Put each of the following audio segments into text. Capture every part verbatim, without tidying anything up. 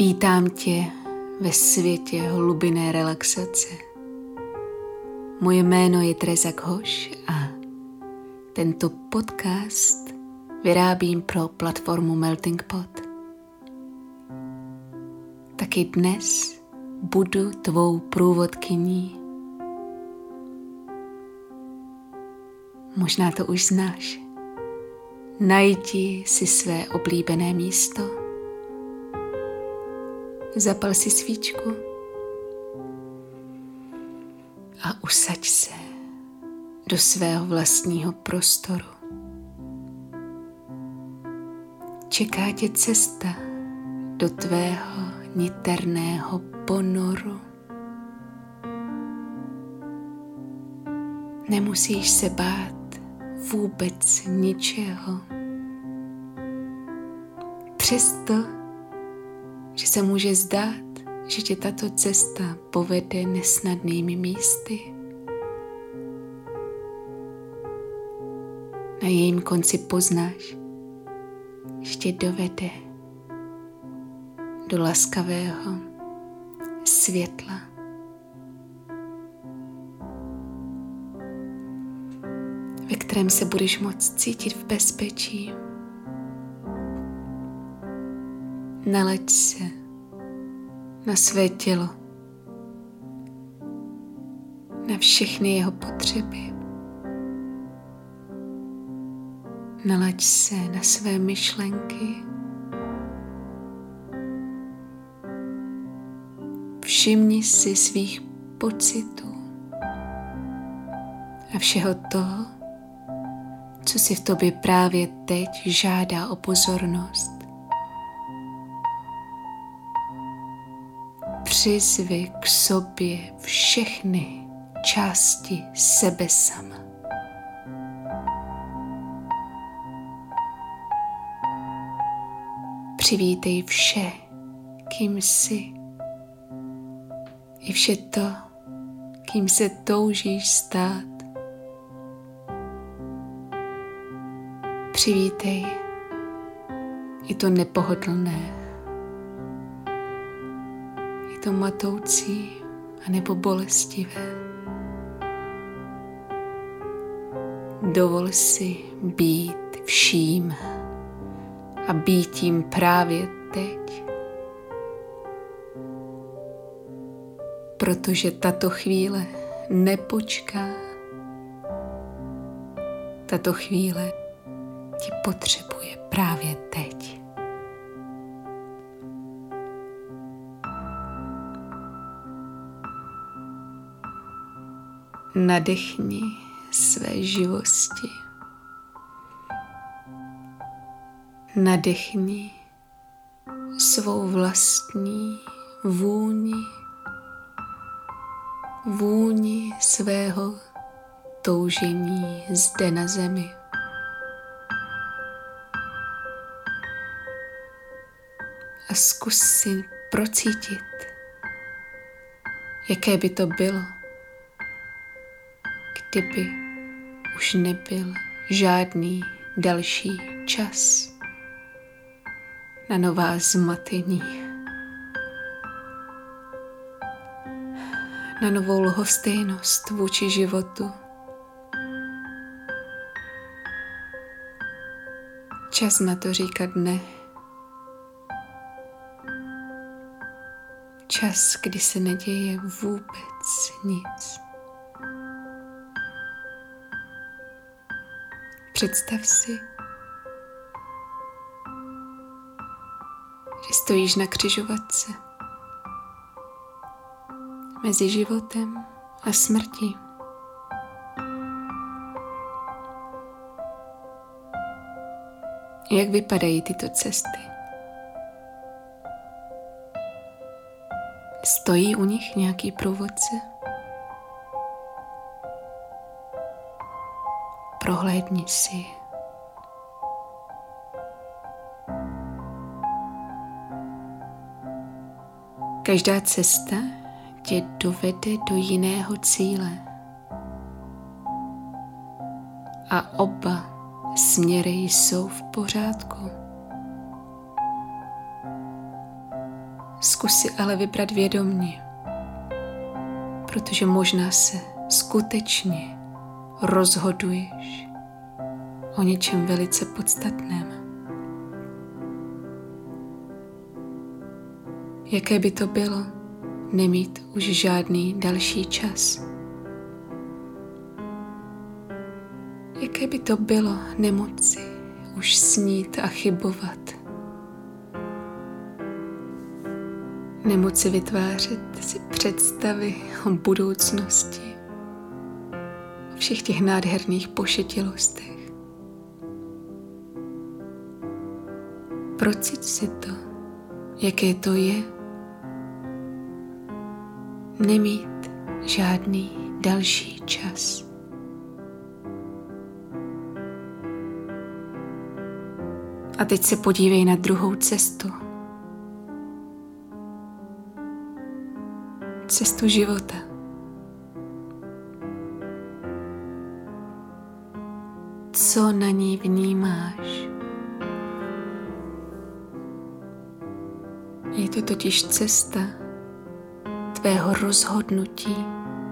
Vítám tě ve světě hlubinné relaxace. Moje jméno je Teresa Ghosh a tento podcast vyrábím pro platformu Melting Pot. Taky dnes budu tvou průvodkyní. Možná to už znáš. Najdi si své oblíbené místo. Zapal si svíčku a usaď se do svého vlastního prostoru. Čeká tě cesta do tvého niterného ponoru. Nemusíš se bát vůbec ničeho. Přesto, že se může zdát, že tě tato cesta povede nesnadnými místy. Na jejím konci poznáš, že tě dovede do laskavého světla. Ve kterém se budeš moct cítit v bezpečí. Nalaď se na své tělo, na všechny jeho potřeby. Nalaď se na své myšlenky. Všimni si svých pocitů a všeho toho, co si v tobě právě teď žádá o pozornost. Přizvi k sobě všechny části sebe sama. Přivítej vše, kým jsi, i vše to, kým se toužíš stát. Přivítej i to nepohodlné, i to matoucí a nebo bolestivé. Dovol si být vším a být tím právě teď. Protože tato chvíle nepočká. Tato chvíle ti potřebuje právě teď. Nadechni své živosti. Nadechni svou vlastní vůni. Vůni svého toužení zde na zemi. A zkus si procítit, jaké by to bylo, kdyby už nebyl žádný další čas na nová zmatení, na novou lhostejnost vůči životu. Čas na to říkat ne. Čas, kdy se neděje vůbec nic. Představ si, že stojíš na křižovatce mezi životem a smrtí. Jak vypadají tyto cesty? Stojí u nich nějaký průvodce? Prohlédni si. Každá cesta tě dovede do jiného cíle. A oba směry jsou v pořádku. Zkus si ale vybrat vědomně, protože možná se skutečně rozhoduješ o něčem velice podstatném. Jaké by to bylo nemít už žádný další čas? Jaké by to bylo nemoci už snít a chybovat? Nemoci vytvářet si představy o budoucnosti, o všech těch nádherných pošetilostech. Procít si to, jaké to je, nemít žádný další čas. A teď se podívej na druhou cestu. Cestu života. Co na ní vnímáš? Je to totiž cesta tvého rozhodnutí.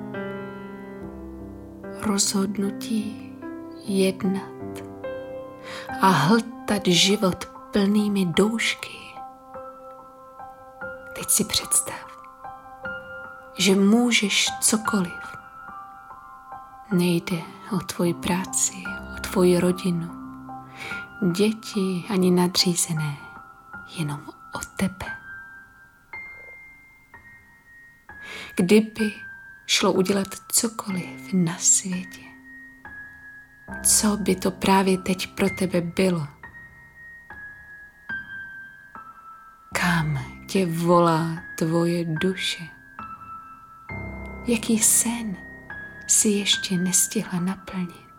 Rozhodnutí jednat a hltat život plnými doušky. Teď si představ, že můžeš cokoliv. Nejde o tvoji práci, o tvoji rodinu, děti ani nadřízené, jenom o tebe. Kdyby šlo udělat cokoliv na světě, co by to právě teď pro tebe bylo? Kam tě volá tvoje duše? Jaký sen si ještě nestihla naplnit?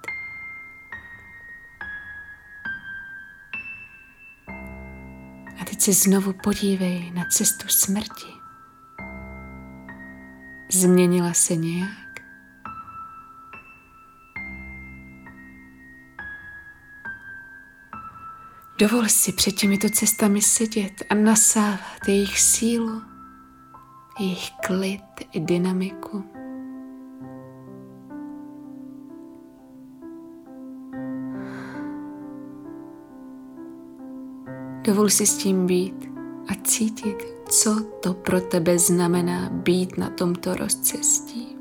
A teď se znovu podívej na cestu smrti. Změnila se nějak? Dovol si před těmito cestami sedět a nasávat jejich sílu, jejich klid i dynamiku. Dovol si s tím být a cítit, co to pro tebe znamená být na tomto rozcestí.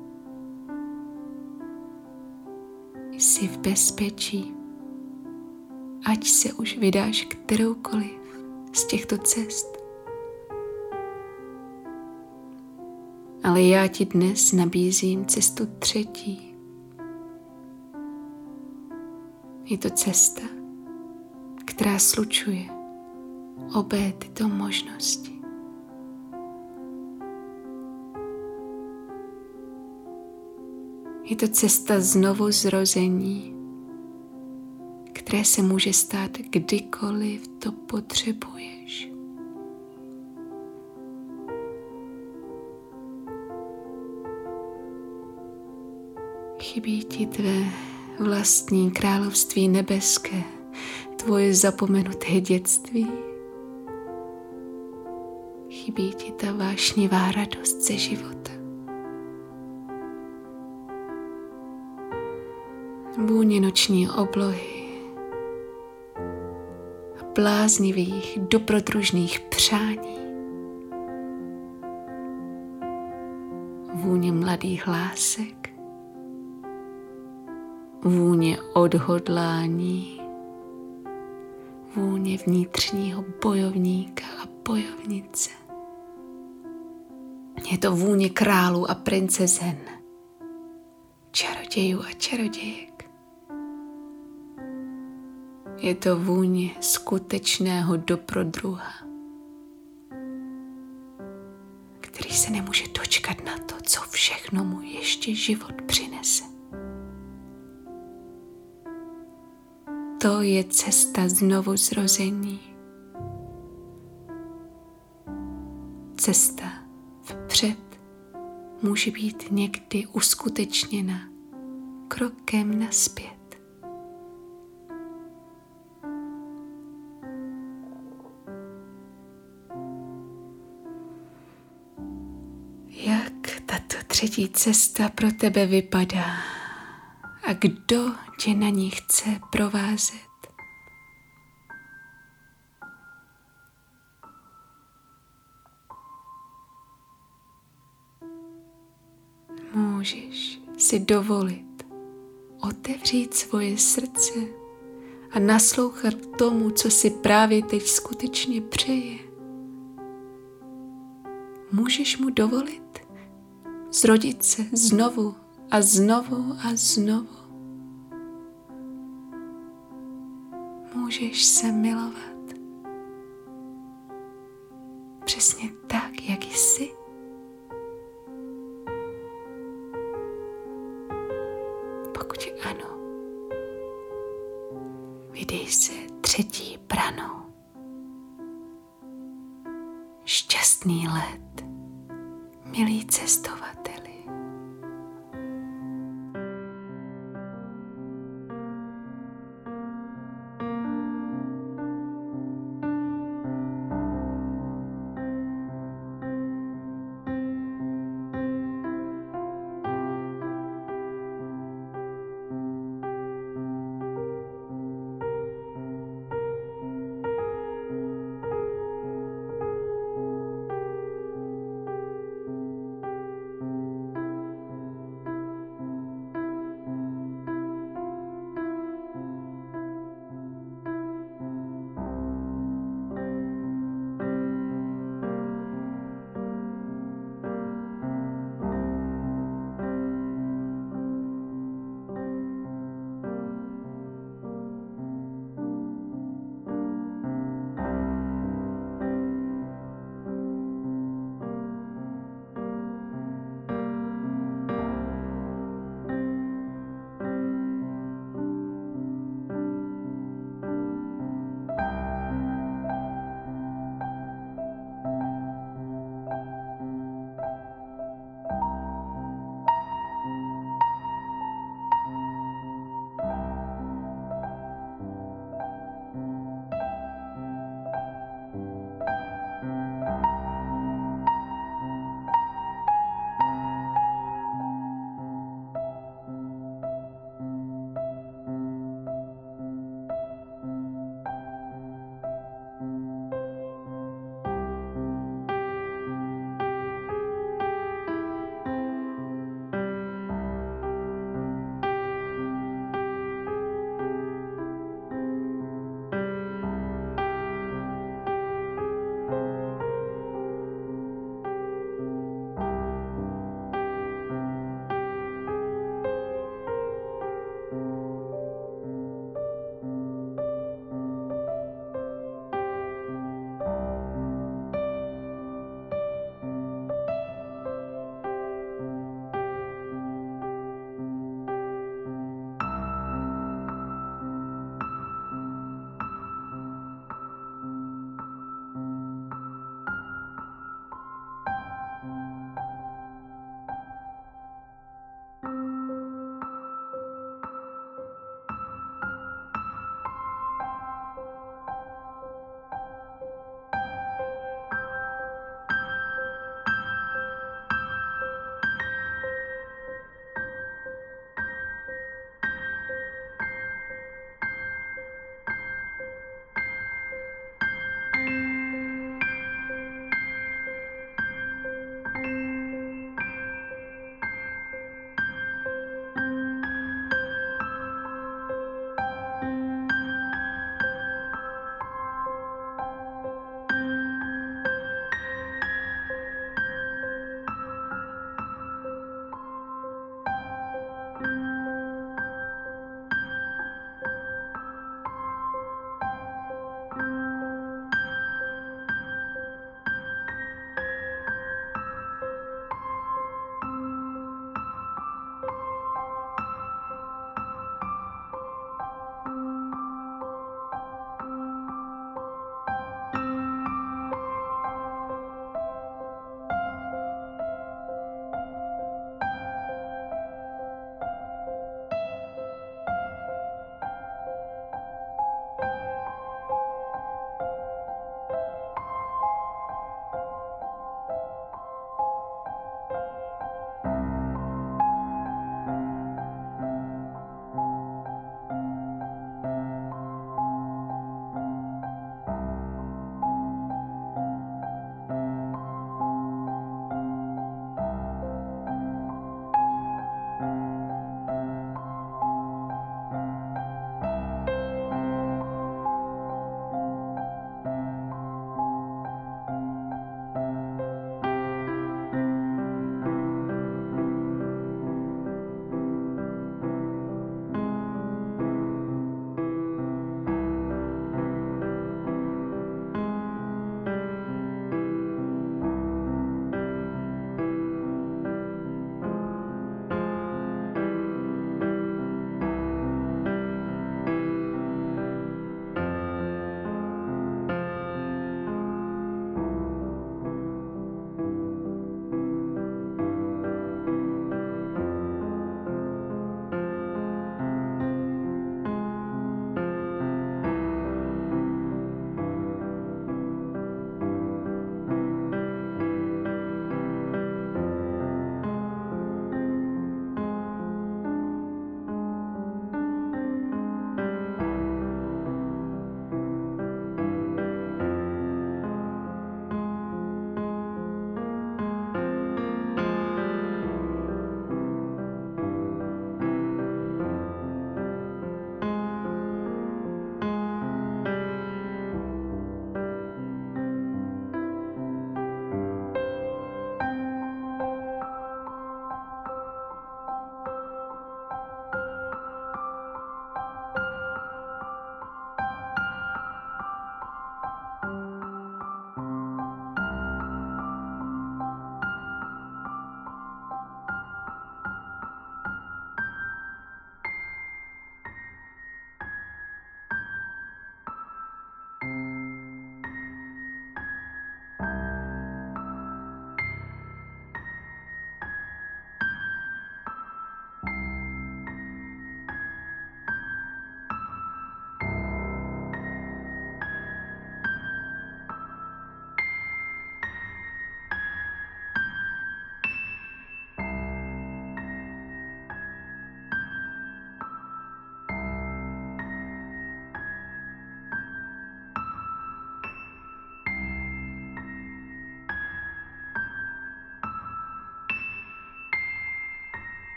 Jsi v bezpečí, ať se už vydáš kteroukoliv z těchto cest. Ale já ti dnes nabízím cestu třetí. Je to cesta, která slučuje obě tyto možnosti. Je to cesta znovu zrození, které se může stát kdykoliv to potřebuješ. Chybí ti tvé vlastní království nebeské, tvoje zapomenuté dětství. Chybí ti ta vášnivá radost ze života. Vůně noční oblohy a bláznivých dobrodružných přání. Vůně mladých lásek. Vůně odhodlání. Vůně vnitřního bojovníka a bojovnice. Je to vůně králů a princezen, čarodějů a čarodějek. Je to vůně skutečného dobrodruha, který se nemůže dočkat na to, co všechno mu ještě život přinese. To je cesta znovu zrození. Cesta vpřed může být někdy uskutečněna krokem nazpět. třetí cesta pro tebe vypadá a kdo tě na ní chce provázet. Můžeš si dovolit otevřít svoje srdce a naslouchat tomu, co si právě teď skutečně přeje. Můžeš mu dovolit zrodit se znovu a znovu a znovu. Můžeš se milovat přesně tak, jak jsi. Pokud ano, vydej se třetí pranou. Šťastný let, milý cestovateli.